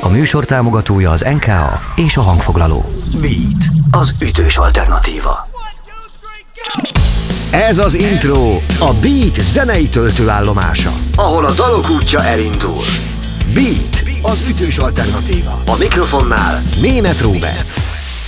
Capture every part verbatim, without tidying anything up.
A műsor támogatója az en ká á és a hangfoglaló. Beat, az ütős alternatíva. Ez az intro, a Beat zenei töltőállomása, ahol a dalok útja elindul. Beat, az ütős alternatíva. A mikrofonnál Németh Róbert.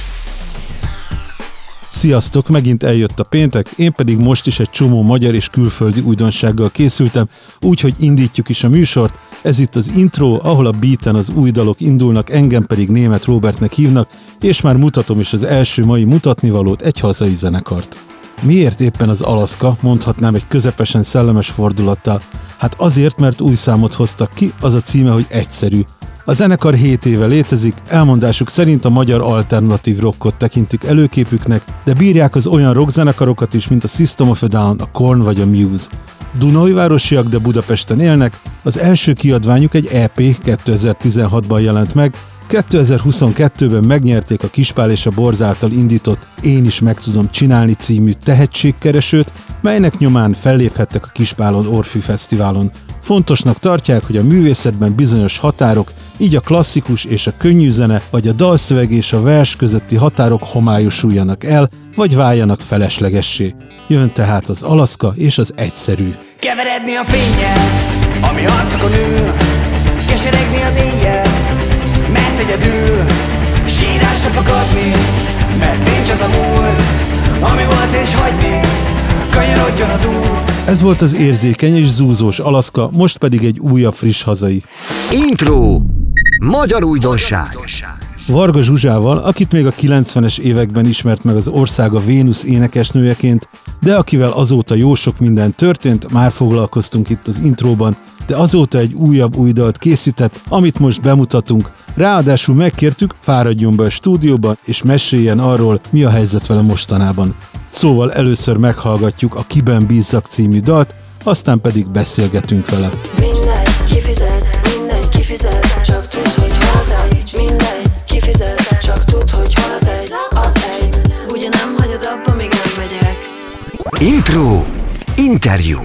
Sziasztok, megint eljött a péntek, én pedig most is egy csomó magyar és külföldi újdonsággal készültem, úgyhogy indítjuk is a műsort. Ez itt az intro, ahol a Beaten az új dalok indulnak, engem pedig Németh Róbertnek hívnak, és már mutatom is az első mai mutatnivalót, egy hazai zenekart. Miért éppen az Alaska, mondhatnám egy közepesen szellemes fordulattal? Hát azért, mert új számot hoztak ki, az a címe, hogy Egyszerű. A zenekar hét éve létezik, elmondásuk szerint a magyar alternatív rockot tekintik előképüknek, de bírják az olyan rockzenekarokat is, mint a System of a Down, a Korn vagy a Muse. Dunaújvárosiak, de Budapesten élnek, az első kiadványuk egy é pé kétezer-tizenhatban jelent meg, kétezer-huszonkettőben megnyerték a Kispál és a Borz által indított Én is meg tudom csinálni című tehetségkeresőt, melynek nyomán felléphettek a Kispálon Orfű Fesztiválon. Fontosnak tartják, hogy a művészetben bizonyos határok, így a klasszikus és a könnyű zene, vagy a dalszöveg és a vers közötti határok homályosuljanak el, vagy váljanak feleslegessé. Jön tehát az Alaska és az Egyszerű. Keveredni a fénnyel, ami harcokon ül, keseregni az éjjel, mert egyedül, sírásra fakadni, mert nincs az a múlt, ami volt és hagyni, kanyarodjon az út. Ez volt az érzékeny és zúzós Alaska, most pedig egy újabb friss hazai. Intro, magyar újdonság. Varga Zsuzsával, akit még a kilencvenes években ismert meg az ország a Vénusz énekesnőjeként, de akivel azóta jó sok minden történt, már foglalkoztunk itt az intróban, de azóta egy újabb új dalt készített, amit most bemutatunk. Ráadásul megkértük, fáradjon be a stúdióba, és meséljen arról, mi a helyzet vele mostanában. Szóval először meghallgatjuk a Kiben bízzak című dalt, aztán pedig beszélgetünk vele. Minden kifizet, minden kifizet, csak tud, hogy hol az egy. Minden kifizet, csak tud, hogy hol az egy. Az egy, ugye nem hagyod abba, még nem megyek. Intro, interjú.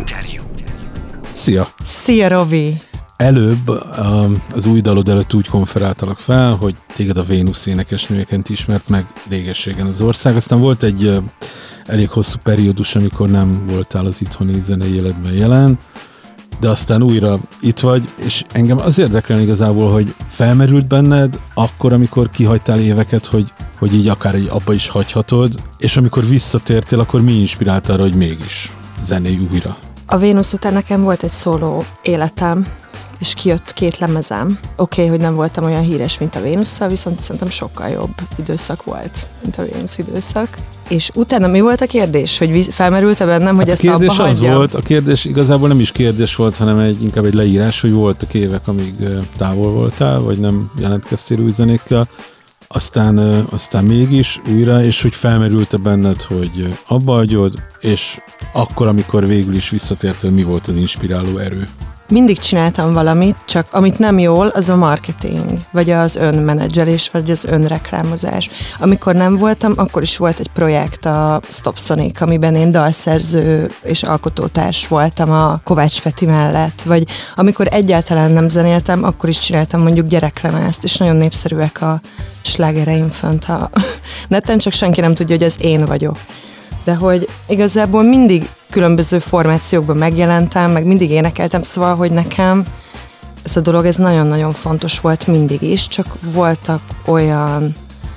Szia! Szia, Robi! Előbb az új dalod előtt úgy konferáltalak fel, hogy téged a Vénusz énekesnőjeként ismert meg régességen az ország. Aztán volt egy elég hosszú periódus, amikor nem voltál az itthoni zenei életben jelen, de aztán újra itt vagy, és engem az érdekel igazából, hogy felmerült benned akkor, amikor kihagytál éveket, hogy, hogy így akár egy abba is hagyhatod, és amikor visszatértél, akkor mi inspirált arra, hogy mégis zenélj újra? A Vénusz után nekem volt egy szóló életem, és kijött két lemezem. Oké, okay, hogy nem voltam olyan híres, mint a Vénusszal, viszont szerintem sokkal jobb időszak volt, mint a Vénusz időszak. És utána mi volt a kérdés? Hogy felmerült-e bennem, hogy hát ezt abba hagyjam? A kérdés az volt, a kérdés igazából nem is kérdés volt, hanem egy, inkább egy leírás, hogy voltak évek, amíg távol voltál, vagy nem jelentkeztél új zenékkel, aztán, aztán mégis újra, és hogy felmerült-e benned, hogy abba hagyod, és akkor, amikor végül is visszatértél, mi volt az inspiráló erő? Mindig csináltam valamit, csak amit nem jól, az a marketing, vagy az önmenedzselés, vagy az önreklámozás. Amikor nem voltam, akkor is volt egy projekt, a Stop Sonic, amiben én dalszerző és alkotótárs voltam a Kovács Peti mellett, vagy amikor egyáltalán nem zenéltem, akkor is csináltam mondjuk gyereklemezt, és nagyon népszerűek a slágereim fönt a neten, csak senki nem tudja, hogy az én vagyok. De hogy igazából mindig különböző formációkban megjelentem, meg mindig énekeltem, szóval, hogy nekem ez a dolog, ez nagyon-nagyon fontos volt mindig is, csak voltak olyan,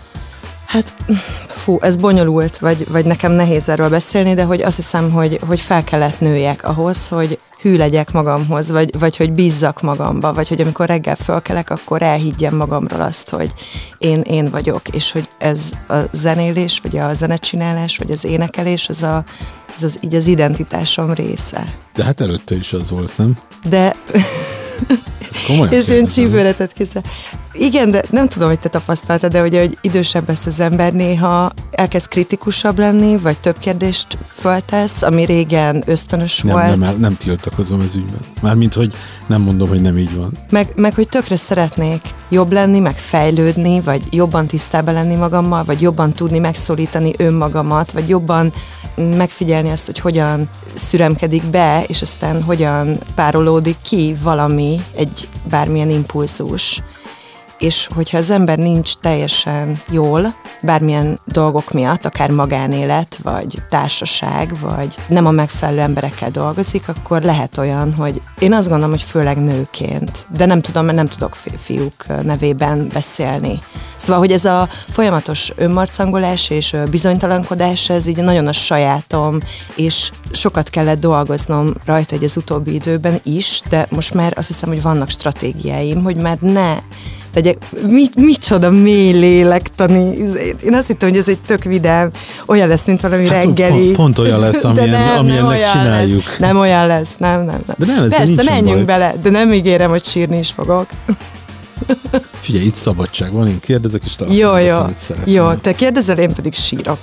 hát fú, ez bonyolult, vagy, vagy nekem nehéz erről beszélni, de hogy azt hiszem, hogy, hogy fel kellett nőjek ahhoz, hogy hű legyek magamhoz, vagy, vagy hogy bízzak magamba, vagy hogy amikor reggel fölkelek, akkor elhiggyem magamról azt, hogy én én vagyok, és hogy ez a zenélés, vagy a zenecsinálás, vagy az énekelés, az a, ez az, így az identitásom része. De hát előtte is az volt, nem? De... és én csípőletet készül. Igen, de nem tudom, hogy te tapasztaltad, de ugye, hogy idősebb lesz az ember, néha elkezd kritikusabb lenni, vagy több kérdést föltesz, ami régen ösztönös nem, volt. Nem, nem tiltakozom ez ügyben. Mármint, hogy nem mondom, hogy nem így van. Meg, meg, hogy tökre szeretnék jobb lenni, meg fejlődni, vagy jobban tisztában lenni magammal, vagy jobban tudni megszólítani önmagamat, vagy jobban megfigyelni azt, hogy hogyan szüremkedik be, és aztán hogyan párolódik ki valami, egy bármilyen impulzus. és hogyha az ember nincs teljesen jól, bármilyen dolgok miatt, akár magánélet, vagy társaság, vagy nem a megfelelő emberekkel dolgozik, akkor lehet olyan, hogy én azt gondolom, hogy főleg nőként, de nem tudom, mert nem tudok fiúk nevében beszélni. Szóval, hogy ez a folyamatos önmarcangolás és bizonytalankodás, ez így nagyon a sajátom, és sokat kellett dolgoznom rajta egy az utóbbi időben is, de most már azt hiszem, hogy vannak stratégiáim, hogy már ne legyek, mit, micsoda mély lélektani. Én azt hittem, hogy ez egy tök vidám, olyan lesz, mint valami hát, reggeli. Pont, pont olyan lesz, amilyen, nem, amilyennek nem csináljuk. Lesz. Nem olyan lesz, nem, nem, nem. De nem, persze, menjünk baj. bele, de nem ígérem, hogy sírni is fogok. Figyelj, itt szabadság van, én kérdezek, és te azt jó, mondasz, jó, amit szeretnél. jó, te kérdezel, én pedig sírok.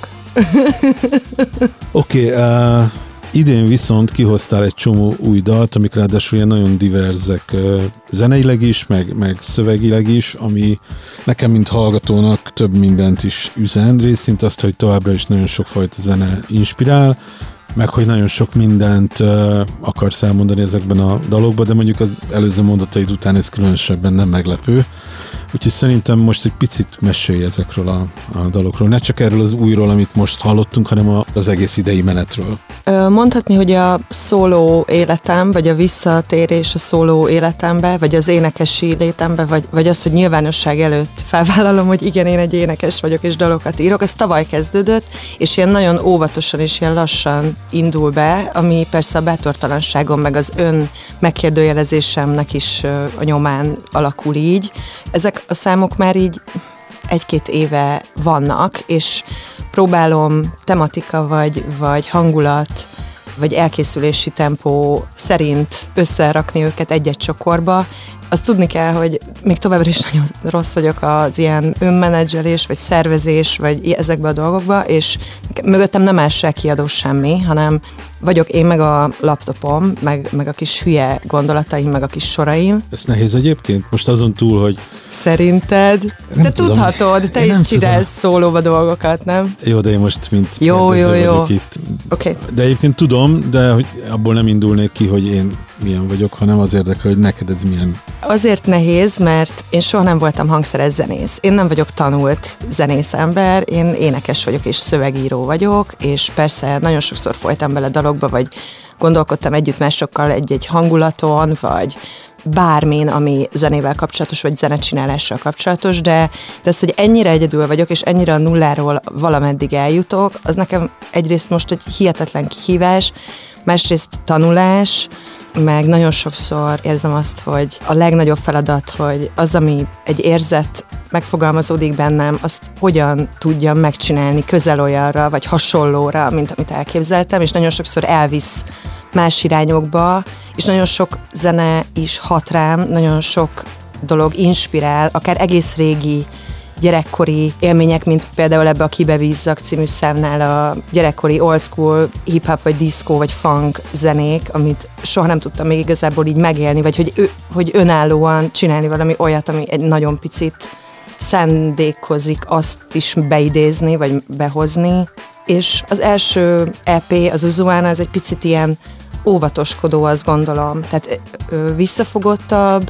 Oké, okay, uh, idén viszont kihoztál egy csomó új dalt, amik ráadásul ilyen nagyon diverzek uh, zeneileg is, meg, meg szövegileg is, ami nekem, mint hallgatónak több mindent is üzen. Részint azt, hogy továbbra is nagyon sokfajta zene inspirál, meg hogy nagyon sok mindent uh, akarsz elmondani ezekben a dalokban, de mondjuk az előző mondataid után ez különösebben nem meglepő. Úgyhogy szerintem most egy picit mesélj ezekről a, a dalokról. Ne csak erről az újról, amit most hallottunk, hanem a, az egész idei menetről. Mondhatni, hogy a szóló életem, vagy a visszatérés a szóló életembe, vagy az énekesi létembe, vagy, vagy az, hogy nyilvánosság előtt felvállalom, hogy igen, én egy énekes vagyok, és dalokat írok, az tavaly kezdődött, és ilyen nagyon óvatosan és ilyen lassan indul be, ami persze a bátortalanságom, meg az ön megkérdőjelezésemnek is a nyomán alakul így. Ezek a számok már így egy-két éve vannak, és próbálom tematika, vagy, vagy hangulat, vagy elkészülési tempó szerint összerakni őket egy-egy csokorba. Azt tudni kell, hogy még továbbra is nagyon rossz vagyok az ilyen önmenedzselés, vagy szervezés, vagy ezekbe a dolgokba, és mögöttem nem áll se kiadó semmi, hanem vagyok én meg a laptopom, meg, meg a kis hülye gondolataim, meg a kis soraim. Ez nehéz egyébként? Most azon túl, hogy... Szerinted? Nem te tudom. Tudhatod, te én is csinálsz szólóba dolgokat, nem? Jó, de én most mint jó, kérdező jó, jó. vagyok itt. Okay. De egyébként tudom, de hogy abból nem indulnék ki, hogy én milyen vagyok, hanem az érdekel, hogy neked ez milyen. Azért nehéz, mert én soha nem voltam hangszeres zenész. Én nem vagyok tanult zenész ember, én énekes vagyok és szövegíró vagyok, és persze nagyon sokszor folytam bele dalokba, vagy gondolkodtam együtt másokkal egy-egy hangulaton, vagy bármin, ami zenével kapcsolatos, vagy zenecsinálással kapcsolatos, de, de az, hogy ennyire egyedül vagyok, és ennyire a nulláról valameddig eljutok, az nekem egyrészt most egy hihetetlen kihívás, másrészt tanulás, meg nagyon sokszor érzem azt, hogy a legnagyobb feladat, hogy az, ami egy érzet megfogalmazódik bennem, azt hogyan tudjam megcsinálni közel olyanra, vagy hasonlóra, mint amit elképzeltem, és nagyon sokszor elvisz más irányokba, és nagyon sok zene is hat rám, nagyon sok dolog inspirál, akár egész régi gyerekkori élmények, mint például ebbe a Kibevízzak című számnál a gyerekkori old school hip-hop, vagy disco, vagy funk zenék, amit soha nem tudtam még igazából így megélni, vagy hogy, ő, hogy önállóan csinálni valami olyat, ami egy nagyon picit szándékozik azt is beidézni, vagy behozni. És az első é pé, az Uzuana, ez egy picit ilyen óvatoskodó, azt gondolom. Tehát ö, visszafogottabb,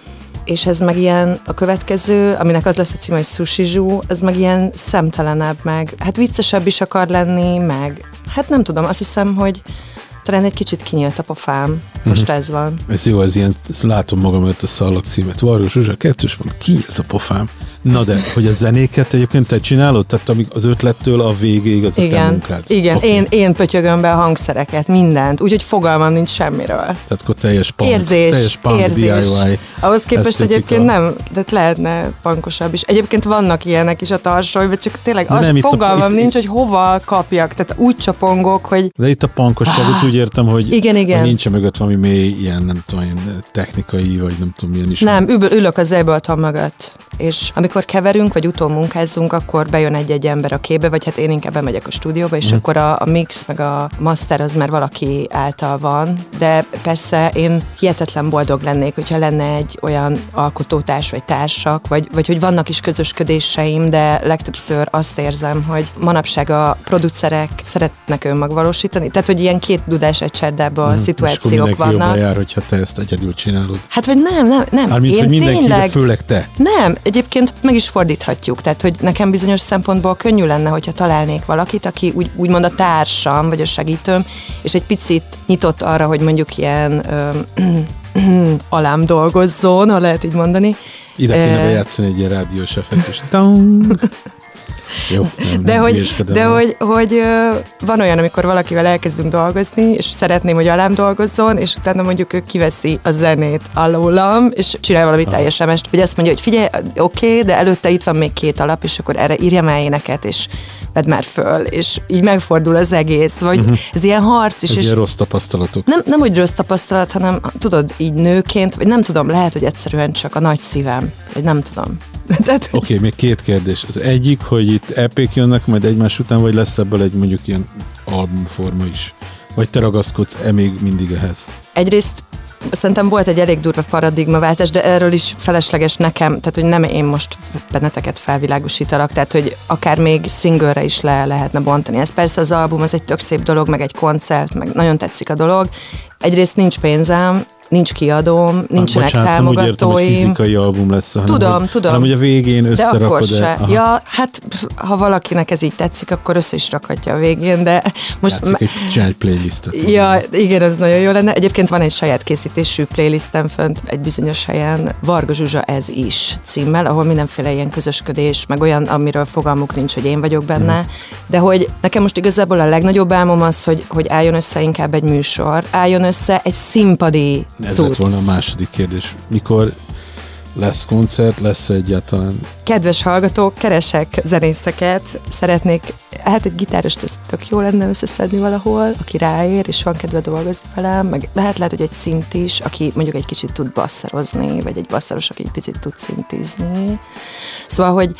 és ez meg ilyen a következő, aminek az lesz a címe, hogy Sushi Zsú, ez meg ilyen szemtelenebb, meg hát viccesebb is akar lenni, meg hát nem tudom, azt hiszem, hogy talán egy kicsit kinyílt a pofám. Most uh-huh. ez van. Ez jó, ez ilyen, ezt látom magam előtt a szallag címet. Varjú Zsuzsa, kettős mond, ki ez a pofám? Na de, hogy a zenéket egyébként te csinálod? Tehát amíg az ötlettől a végéig az igen, a te munkád? Igen, okay. én, én pötyögöm be a hangszereket, mindent, úgyhogy fogalmam nincs semmiről. Tehát akkor teljes punk, érzés, teljes punk érzés. dé i váj. Ahhoz képest esztétika. Egyébként nem, de lehetne punkosabb is. Egyébként vannak ilyenek is a tarsolyban, csak tényleg de az nem, fogalmam itt, nincs, itt, hogy hova kapjak. Tehát úgy csapongok, hogy... De itt a punkosságot ah, úgy értem, hogy, igen, igen. hogy nincs mögött valami mély, ilyen nem tudom, ilyen technikai, vagy nem tudom milyen is. Nem, ül, ülök az Ableton mögött. És amikor amikor keverünk, vagy utómunkázzunk, akkor bejön egy-egy ember a képbe, vagy hát én inkább bemegyek a stúdióba, és mm. akkor a, a mix, meg a master az már valaki által van, de persze én hihetetlen boldog lennék, hogyha lenne egy olyan alkotótárs, vagy társak, vagy, vagy hogy vannak is közösködéseim, de legtöbbször azt érzem, hogy manapság a producerek szeretnek önmagvalósítani, tehát hogy ilyen két dudás egy cserdába mm. szituációk vannak. Jobban jár, hogyha te ezt egyedül csinálod. Hát vagy nem, nem, nem. Mármint, hogy mindenki, tényleg... de főleg te. Nem, egyébként meg is fordíthatjuk, tehát hogy nekem bizonyos szempontból könnyű lenne, hogyha találnék valakit, aki úgy, úgymond a társam, vagy a segítőm, és egy picit nyitott arra, hogy mondjuk ilyen ö, alám dolgozzon, ha lehet így mondani. Ide kéne uh, bejátszani egy ilyen rádiós effektus. Jó, nem, de nem hogy, de hogy, hogy uh, van olyan, amikor valakivel elkezdünk dolgozni, és szeretném, hogy alám dolgozzon, és utána mondjuk ő kiveszi a zenét alólam, és csinál valami ah. teljesen mást, vagy azt mondja, hogy figyelj, oké, okay, de előtte itt van még két alap, és akkor erre írja már éneket, és vedd már föl, és így megfordul az egész, vagy uh-huh. ez ilyen harc is. Ez és ilyen rossz tapasztalatok. Nem, nem úgy rossz tapasztalat, hanem tudod, így nőként, vagy nem tudom, lehet, hogy egyszerűen csak a nagy szívem, vagy nem tudom. Oké, okay, még két kérdés. Az egyik, hogy itt é pék jönnek majd egymás után, vagy lesz ebből egy mondjuk ilyen albumforma is? Vagy te ragaszkodsz-e még mindig ehhez? Egyrészt szerintem volt egy elég durva paradigmaváltás, de erről is felesleges nekem, tehát hogy nem én most benneteket felvilágosítalak, tehát hogy akár még single-re is le lehetne bontani. Ez persze az album, az egy tök szép dolog, meg egy koncert, meg nagyon tetszik a dolog. Egyrészt nincs pénzem, nincs kiadóm, nincsenek Bocsánat, támogatóim. Nem úgy értem, hogy fizikai album lesz, hanem, tudom, hogy, tudom. hanem hogy a végén összerakod. De akkor se. Ja, hát ha valakinek ez így tetszik, akkor össze is rakhatja a végén, de most... Játszik egy, csinálj egy playlistet. Ja, igen, az nagyon jó lenne. Egyébként van egy saját készítésű playlistem fönt egy bizonyos helyen, Varga Zsuzsa ez is címmel, ahol mindenféle ilyen közösködés, meg olyan, amiről fogalmuk nincs, hogy én vagyok benne, mm. de hogy nekem most igazából a legnagyobb álmom az, hogy, hogy álljon össze inkább egy műsor, álljon össze egy színpadi Ez cucc. lett volna a második kérdés. Mikor lesz koncert, lesz egyáltalán? Kedves hallgatók, keresek zenészeket, szeretnék, hát egy gitárost ez tök jó lenne összeszedni valahol, aki ráér, és van kedve dolgozni velem, meg lehet, lehet, hogy egy szint is, aki mondjuk egy kicsit tud basszerozni, vagy egy basszeros, aki egy picit tud szintizni. Szóval, hogy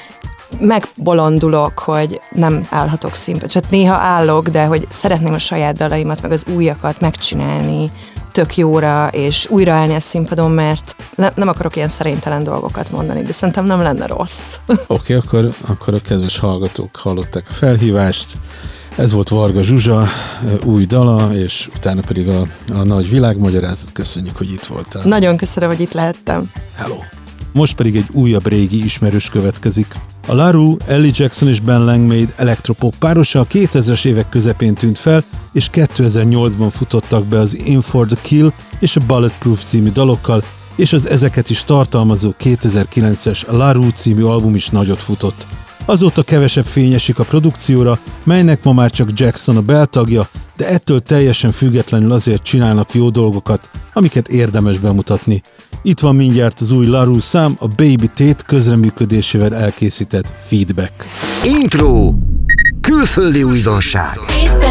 megbolondulok, hogy nem állhatok színpadon. Csak néha állok, de hogy szeretném a saját dalaimat, meg az újakat megcsinálni tök jóra, és újraállni a színpadon, mert ne, nem akarok ilyen szerénytelen dolgokat mondani, de szerintem nem lenne rossz. Oké, okay, akkor, akkor a kedves hallgatók hallották a felhívást. Ez volt Varga Zsuzsa új dala, és utána pedig a, a nagy világmagyarázat. Köszönjük, hogy itt voltál. Nagyon köszönöm, hogy itt lehettem. Hello! Most pedig egy újabb régi ismerős következik. A La Roux, Ellie Jackson és Ben Langmaid elektropop párosa a kétezres évek közepén tűnt fel, és kétezer-nyolcban futottak be az In for the Kill és a Bulletproof című dalokkal, és az ezeket is tartalmazó kétezer-kilences La Roux című album is nagyot futott. Azóta kevesebb fény esik a produkcióra, melynek ma már csak Jackson a beltagja, de ettől teljesen függetlenül azért csinálnak jó dolgokat, amiket érdemes bemutatni. Itt van mindjárt az új La Roux szám, a Baby Tate közreműködésével elkészített Feedback. Intro. Külföldi újdonság.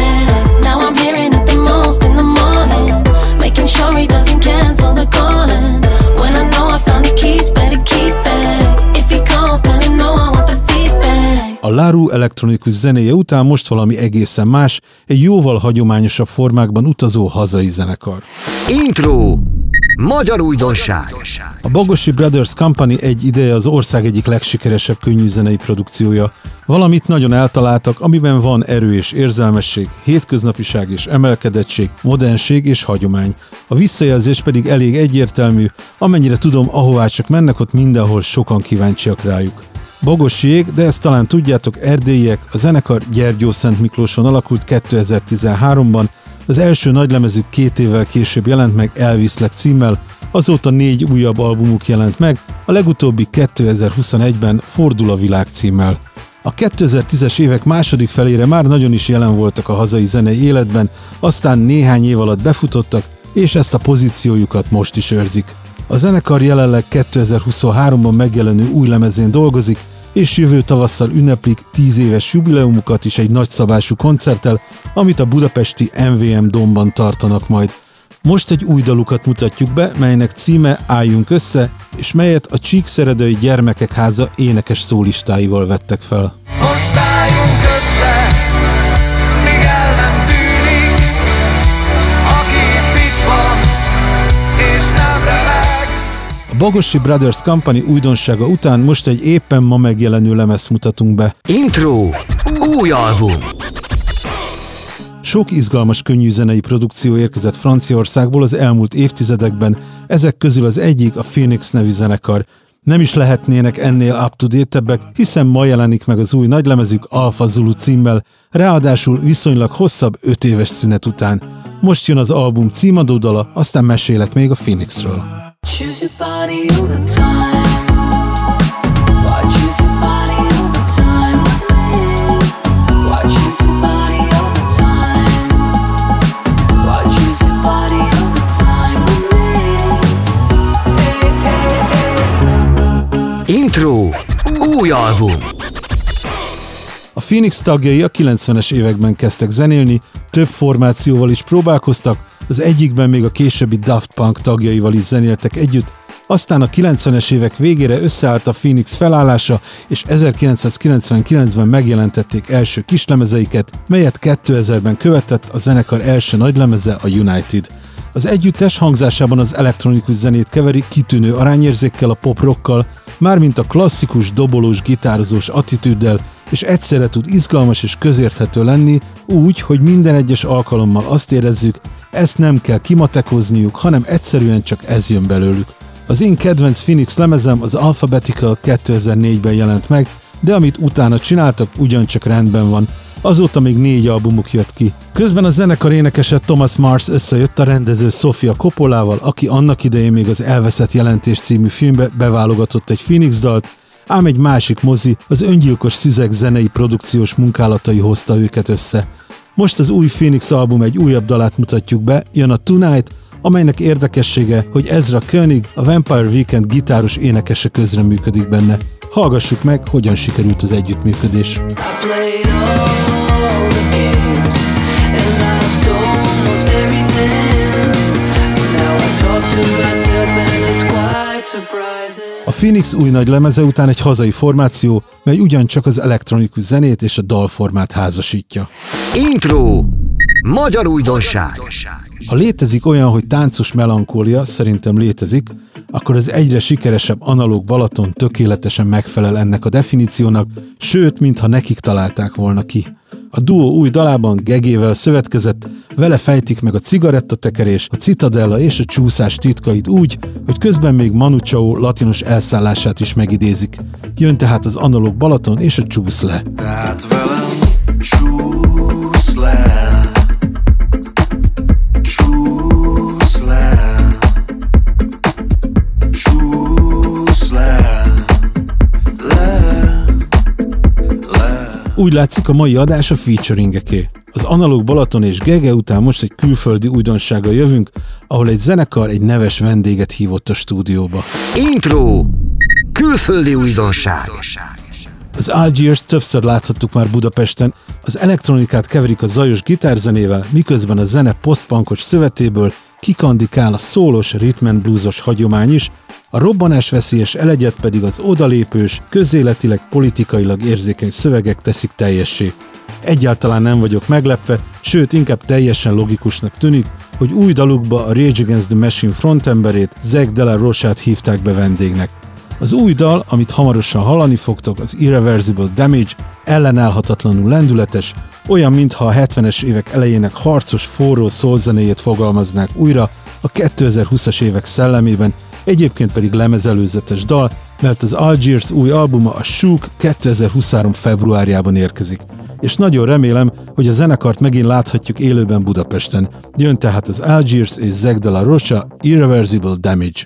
A La Roux elektronikus zenéje után most valami egészen más, egy jóval hagyományosabb formákban utazó hazai zenekar. Intro. Magyar újdonság. A Bogosi Brothers Company egy ideje az ország egyik legsikeresebb könnyűzenei produkciója. Valamit nagyon eltaláltak, amiben van erő és érzelmesség, hétköznapiság és emelkedettség, modernség és hagyomány. A visszajelzés pedig elég egyértelmű, amennyire tudom, ahová csak mennek, ott mindenhol sokan kíváncsiak rájuk. Bogosiék, de ezt talán tudjátok, erdélyiek, a zenekar Gyergyószent Miklóson alakult kétezer-tizenháromban, az első nagylemezük két évvel később jelent meg Elviszlek címmel, azóta négy újabb albumuk jelent meg, a legutóbbi kétezer-huszonegyben Fordul a világ címmel. A kétezer-tízes évek második felére már nagyon is jelen voltak a hazai zenei életben, aztán néhány év alatt befutottak, és ezt a pozíciójukat most is őrzik. A zenekar jelenleg kétezer-huszonháromban megjelenő új lemezén dolgozik, és jövő tavasszal ünneplik tíz éves jubileumukat is egy nagyszabású koncerttel, amit a budapesti em vé em Domban tartanak majd. Most egy új dalukat mutatjuk be, melynek címe Álljunk össze, és melyet a Csíkszeredai Gyermekek Háza énekes szólistáival vettek fel. Most álljunk össze, míg el nem tűnik, aki itt van, és nem remeg. A Bagossi Brothers Company újdonsága után most egy éppen ma megjelenő lemezt mutatunk be. Intro. Új album. Sok izgalmas könnyűzenei produkció érkezett Franciaországból az elmúlt évtizedekben, ezek közül az egyik a Phoenix nevű zenekar. Nem is lehetnének ennél up-to-date-ebbek, hiszen ma jelenik meg az új nagylemezük Alpha Zulu címmel, ráadásul viszonylag hosszabb öt éves szünet után. Most jön az album címadó dala, aztán mesélek még a Phoenixről. Choose your body all the time. Why choose your body all the time? Why choose your body all the time? Why choose your body all the time? Hey, hey, hey. Intro. Új album. A Phoenix tagjai a kilencvenes években kezdtek zenélni, több formációval is próbálkoztak, az egyikben még a későbbi Daft Punk tagjaival is zenéltek együtt, aztán a kilencvenes évek végére összeállt a Phoenix felállása, és ezerkilencszázkilencvenkilencben megjelentették első kislemezeiket, melyet kétezerben követett a zenekar első nagylemeze, a United. Az együttes hangzásában az elektronikus zenét keveri kitűnő arányérzékkel, a pop-rockkal, mármint a klasszikus, dobolós, gitározós attitűddel, és egyszerre tud izgalmas és közérthető lenni, úgy, hogy minden egyes alkalommal azt érezzük, ezt nem kell kimatekozniuk, hanem egyszerűen csak ez jön belőlük. Az én kedvenc Phoenix lemezem, az Alphabetical kétezer-négyben jelent meg, de amit utána csináltak, ugyancsak rendben van. Azóta még négy albumuk jött ki. Közben a zenekar énekese Thomas Mars összejött a rendező Sofia Coppolával, aki annak idején még az Elveszett jelentés című filmbe beválogatott egy Phoenix dalt, ám egy másik mozi, az öngyilkos szüzek zenei produkciós munkálatai hozta őket össze. Most az új Phoenix album egy újabb dalát mutatjuk be, jön a Tonight, amelynek érdekessége, hogy Ezra Koenig, a Vampire Weekend gitáros énekese közreműködik benne. Hallgassuk meg, hogyan sikerült az együttműködés. A Phoenix új nagy lemeze után egy hazai formáció, mely ugyancsak az elektronikus zenét és a dalformát házasítja. Intro. Magyar újdonság. Ha létezik olyan, hogy táncos melankólia, szerintem létezik, akkor az egyre sikeresebb Analóg Balaton tökéletesen megfelel ennek a definíciónak, sőt, mintha nekik találták volna ki. A duó új dalában Gegével szövetkezett, vele fejtik meg a cigarettatekerés, a citadella és a csúszás titkait úgy, hogy közben még Manu Chao latinos elszállását is megidézik. Jön tehát az Analóg Balaton és a Csúsz le. Tehát velem csúsz le. Csúsz le. Csúsz le. Le. Le. Úgy látszik, a mai adás a featuringeké. Az Analóg Balaton és Gege után most egy külföldi újdonsággal jövünk, ahol egy zenekar egy neves vendéget hívott a stúdióba. Intro. Külföldi újdonság. Az Algiers többször láthattuk már Budapesten, az elektronikát keverik a zajos gitárzenével, miközben a zene post-punkos szövetéből kikandikál a szólos, rhythm and bluesos hagyomány is, a robbanásveszélyes elegyet pedig az odalépős, közéletileg, politikailag érzékeny szövegek teszik teljessé. Egyáltalán nem vagyok meglepve, sőt inkább teljesen logikusnak tűnik, hogy új dalukba a Rage Against the Machine frontemberét, Zack de la Rocha-t hívták be vendégnek. Az új dal, amit hamarosan hallani fogtok, az Irreversible Damage, ellenállhatatlanul lendületes, olyan, mintha a hetvenes évek elejének harcos, forró szólzenéjét fogalmaznák újra a kétezer-húszas évek szellemében, egyébként pedig lemezelőzetes dal, mert az Algiers új albuma, a Shook kétezer-huszonhárom februárjában érkezik. És nagyon remélem, hogy a zenekart megint láthatjuk élőben Budapesten. Jön tehát az Algiers és Zack de la Rocha, Irreversible Damage.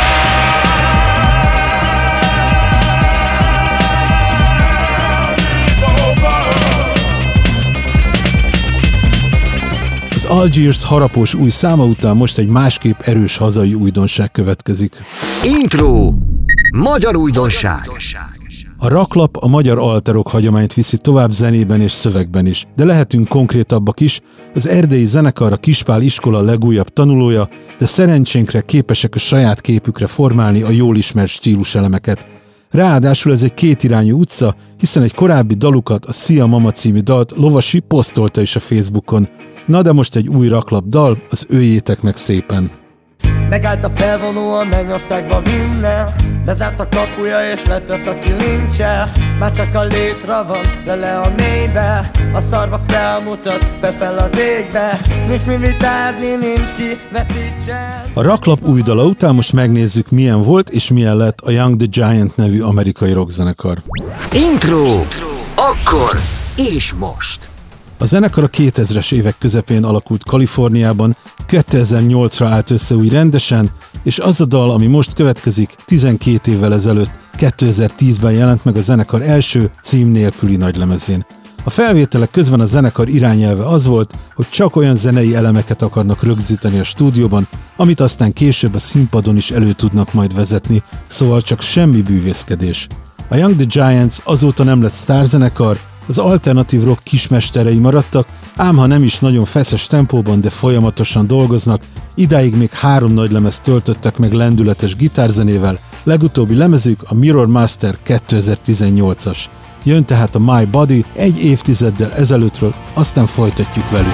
Az Algiers harapós új száma után most egy másképp erős hazai újdonság következik. Intro. Magyar újdonság. A raklap a magyar alterok hagyományt viszi tovább zenében és szövegben is, de lehetünk konkrétabbak is, az erdélyi zenekar a Kispál iskola legújabb tanulója, de szerencsénkre képesek a saját képükre formálni a jól ismert stíluselemeket. Ráadásul ez egy kétirányú utca, hiszen egy korábbi dalukat, a Szia Mama című dalt Lovasi posztolta is a Facebookon. Na de most egy új raklap dal, az öljétek meg szépen! Megállt a felvonó, a mennyországba vinne, bezárt a kapuja és letört a kilincsel. Már csak a létre van, le-le a mélybe, a szarva felmutat, fel-fel az égbe. Nincs mi vitázni, nincs ki veszítsen. A raklap új dala után most megnézzük, milyen volt és milyen lett a Young the Giant nevű amerikai rockzenekar. Intro. Akkor és most. A zenekar a kétezres évek közepén alakult Kaliforniában, kétezer-nyolcra állt össze új rendesen, és az a dal, ami most következik, tizenkét évvel ezelőtt, kétezer-tízben jelent meg a zenekar első cím nélküli nagylemezén. A felvételek közben a zenekar irányelve az volt, hogy csak olyan zenei elemeket akarnak rögzíteni a stúdióban, amit aztán később a színpadon is elő tudnak majd vezetni, szóval csak semmi bűvészkedés. A Young the Giants azóta nem lett sztárzenekar, az alternatív rock kismesterei maradtak, ám ha nem is nagyon feszes tempóban, de folyamatosan dolgoznak, idáig még három nagylemezt töltöttek meg lendületes gitárzenével, legutóbbi lemezük a Mirror Master kétezer-tizennyolcas. Jön tehát a My Body egy évtizeddel ezelőttről, aztán folytatjuk velük.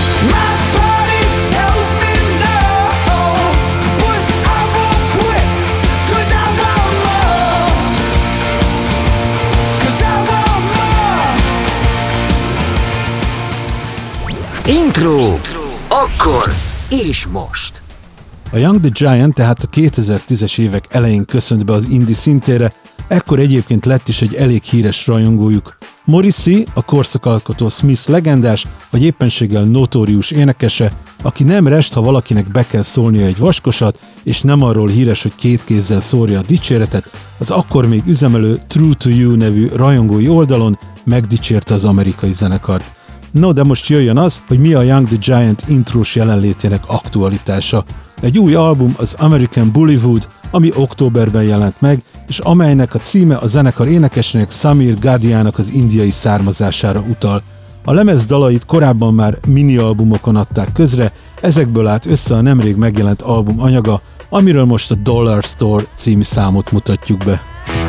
Intro. Akkor és most. A Young the Giant tehát a kétezer-tízes évek elején köszönt be az indie szintére, ekkor egyébként lett is egy elég híres rajongójuk. Morrissey, a korszakalkotó Smith legendás, vagy éppenséggel notórius énekese, aki nem rest, ha valakinek be kell szólnia egy vaskosat, és nem arról híres, hogy két kézzel szórja a dicséretet, az akkor még üzemelő True to You nevű rajongói oldalon megdicsérte az amerikai zenekart. No, de most jöjjön az, hogy mi a Young the Giant intrós jelenlétének aktualitása. Egy új album, az American Bollywood, ami októberben jelent meg, és amelynek a címe a zenekar énekesének Samir Gadiának az indiai származására utal. A lemez dalait korábban már mini-albumokon adták közre, ezekből állt össze a nemrég megjelent album anyaga, amiről most a Dollar Store című számot mutatjuk be.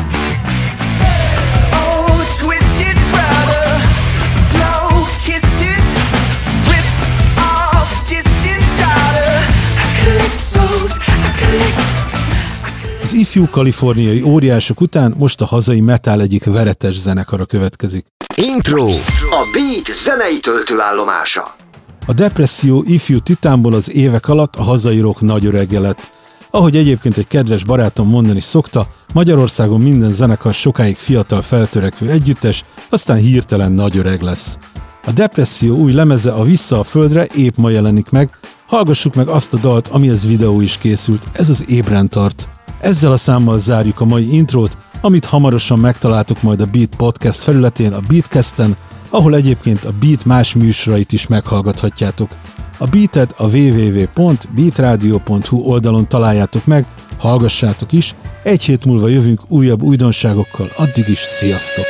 Az ifjú kaliforniai óriások után most a hazai metal egyik veretes zenekara következik. Intro. A Beat zenei töltőállomása. A depresszió ifjú titánból az évek alatt a hazai rock nagy örege lett. Ahogy egyébként egy kedves barátom mondani szokta, Magyarországon minden zenekar sokáig fiatal feltörekvő együttes, aztán hirtelen nagy öreg lesz. A depresszió új lemeze, a Vissza a Földre épp ma jelenik meg, hallgassuk meg azt a dalt, amihez videó is készült, ez az Ébren tart. Ezzel a számmal zárjuk a mai intrót, amit hamarosan megtaláltok majd a Beat Podcast felületén, a Beatcasten, ahol egyébként a Beat más műsorait is meghallgathatjátok. A Beatet a double-u double-u double-u pont beatradio pont hu oldalon találjátok meg, hallgassátok is, egy hét múlva jövünk újabb újdonságokkal, addig is sziasztok!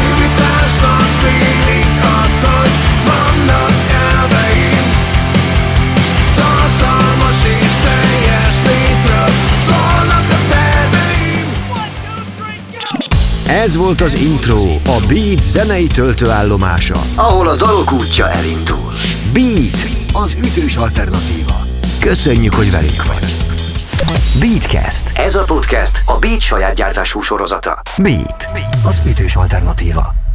Ez volt az Intro, a Beat zenei töltőállomása, ahol a dalok útja elindul. Beat, az ütős alternatíva. Köszönjük, hogy velünk vagy. Beatcast. Ez a podcast a Beat saját gyártású sorozata. Beat, az ütős alternatíva.